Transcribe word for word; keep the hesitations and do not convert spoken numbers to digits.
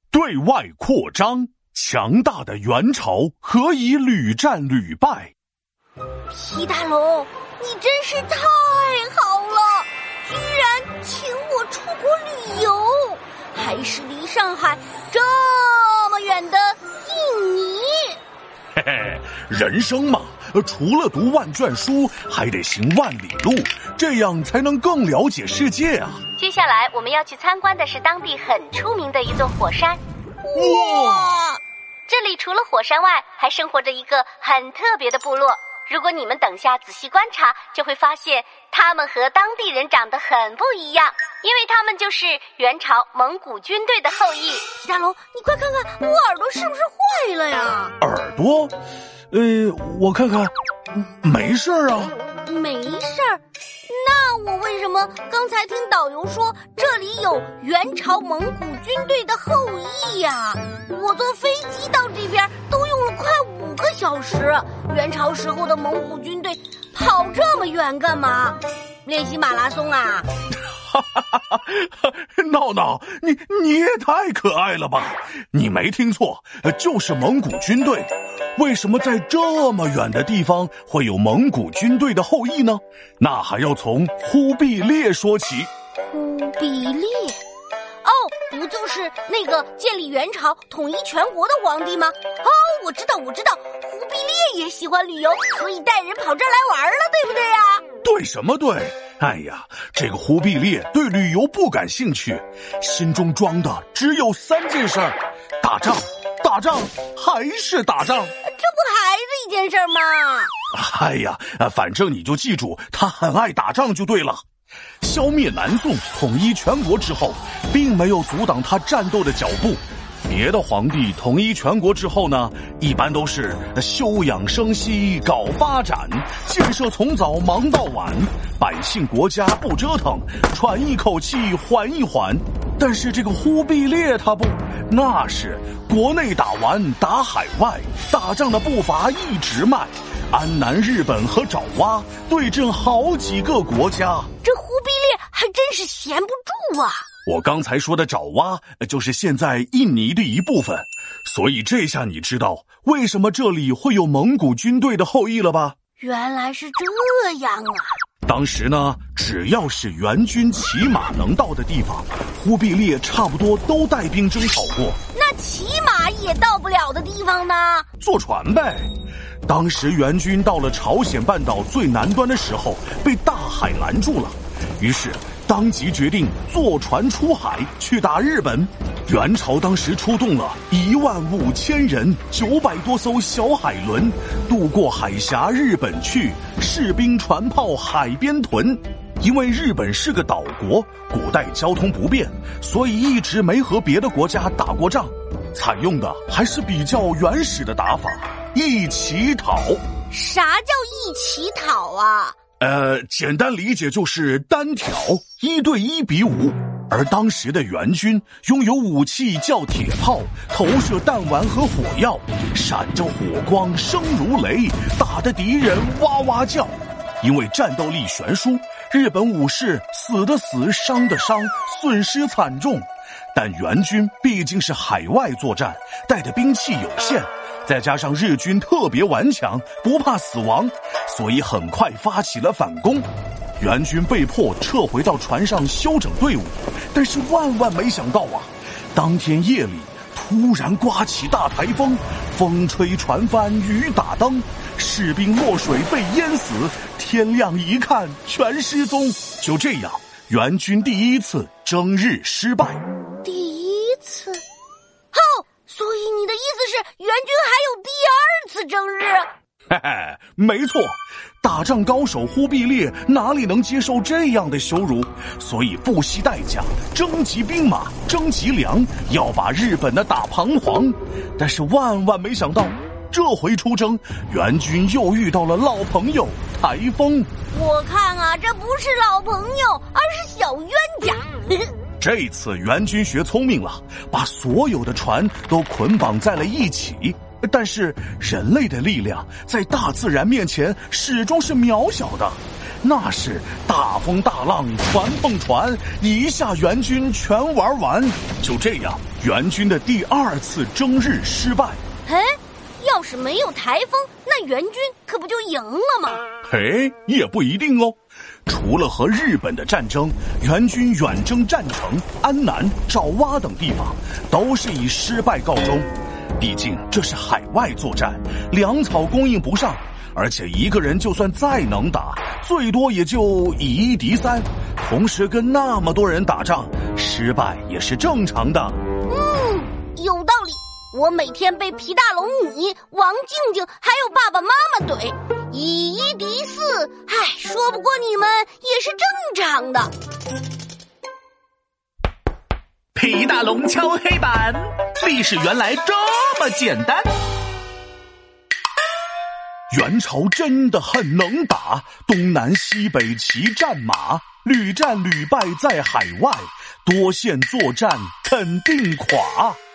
对外扩张，强大的元朝何以屡战屡败？ 皮大龙，你真是太好了，居然请我出国旅游，还是离上海这么远的印尼。 嘿嘿，人生嘛，除了读万卷书，还得行万里路，这样才能更了解世界啊。 接下来我们要去参观的是当地很出名的一座火山。 哇！ 这里除了火山外，还生活着一个很特别的部落。如果你们等下仔细观察，就会发现他们和当地人长得很不一样，因为他们就是元朝蒙古军队的后裔。 皮大龙，你快看看我耳朵是不是坏了呀？ 耳朵？呃，我看看，没事儿啊。 没事儿？那我为什么刚才听导游说这里有元朝蒙古军队的后裔呀？我坐飞机到这边都用了快五个小时，元朝时候的蒙古军队跑这么远干嘛？练习马拉松啊？ 哈哈哈哈！闹闹，你你也太可爱了吧！你没听错，就是蒙古军队。为什么在这么远的地方会有蒙古军队的后裔呢？那还要从忽必烈说起。 忽必烈？哦，不就是那个建立元朝、统一全国的皇帝吗？哦，我知道，我知道，忽必烈也喜欢旅游，所以带人跑这儿来玩了，对不对呀？ 对什么对？哎呀，这个忽必烈对旅游不感兴趣，心中装的只有三件事儿：打仗、打仗，还是打仗。 这不还是一件事儿吗？ 哎呀，反正你就记住，他很爱打仗就对了。消灭南宋，统一全国之后，并没有阻挡他战斗的脚步。别的皇帝统一全国之后呢，一般都是休养生息，搞发展，建设从早忙到晚，百姓国家不折腾，喘一口气缓一缓。但是这个忽必烈他不，那是国内打完打海外，打仗的步伐一直迈，安南、日本和爪哇对阵好几个国家。 这忽必烈还真是闲不住啊！ 我刚才说的爪哇就是现在印尼的一部分，所以这下你知道为什么这里会有蒙古军队的后裔了吧？ 原来是这样啊！ 当时呢，只要是元军骑马能到的地方，忽必烈差不多都带兵征讨过。 那骑马也到不了的地方呢？ 坐船呗。当时元军到了朝鲜半岛最南端的时候，被大海拦住了，于是当即决定坐船出海去打日本。元朝当时出动了一万五千人，九百多艘小海轮，渡过海峡日本去，士兵船炮海边屯。因为日本是个岛国，古代交通不便，所以一直没和别的国家打过仗，采用的还是比较原始的打法，一起讨。 啥叫一起讨啊？ 呃，简单理解就是单挑，一对一比武。而当时的元军拥有武器叫铁炮，投射弹丸和火药，闪着火光，声如雷，打得敌人哇哇叫。因为战斗力悬殊，日本武士死的死，伤的伤，损失惨重。但元军毕竟是海外作战，带的兵器有限，再加上日军特别顽强，不怕死亡，所以很快发起了反攻。元军被迫撤回到船上休整队伍，但是万万没想到啊，当天夜里突然刮起大台风，风吹船翻，雨打灯，士兵落水被淹死，天亮一看全失踪。就这样，元军第一次征日失败。 第一次？哦，所以你的意思是元军还有第二次征日？ 嘿嘿，没错，打仗高手忽必烈哪里能接受这样的羞辱，所以不惜代价征集兵马，征集粮，要把日本的打彷徨。但是万万没想到，这回出征，元军又遇到了老朋友台风。 我看啊，这不是老朋友，而是小冤家。 这次元军学聪明了，把所有的船都捆绑在了一起， 但是人类的力量在大自然面前始终是渺小的，那是大风大浪船蹦船，一下援军全玩完。就这样，援军的第二次征日失败。 哎，要是没有台风，那援军可不就赢了吗？ 嘿，也不一定哦。除了和日本的战争，援军远征战城、安南、爪哇等地方，都是以失败告终。毕竟这是海外作战，粮草供应不上，而且一个人就算再能打，最多也就以一敌三，同时跟那么多人打仗，失败也是正常的。 嗯，有道理。我每天被皮大龙你、王静静还有爸爸妈妈怼，以一敌四，唉，说不过你们也是正常的。 皮大龙敲黑板，历史原来这么简单。 元朝真的很能打，东南西北齐战马，屡战屡败在海外，多线作战肯定垮。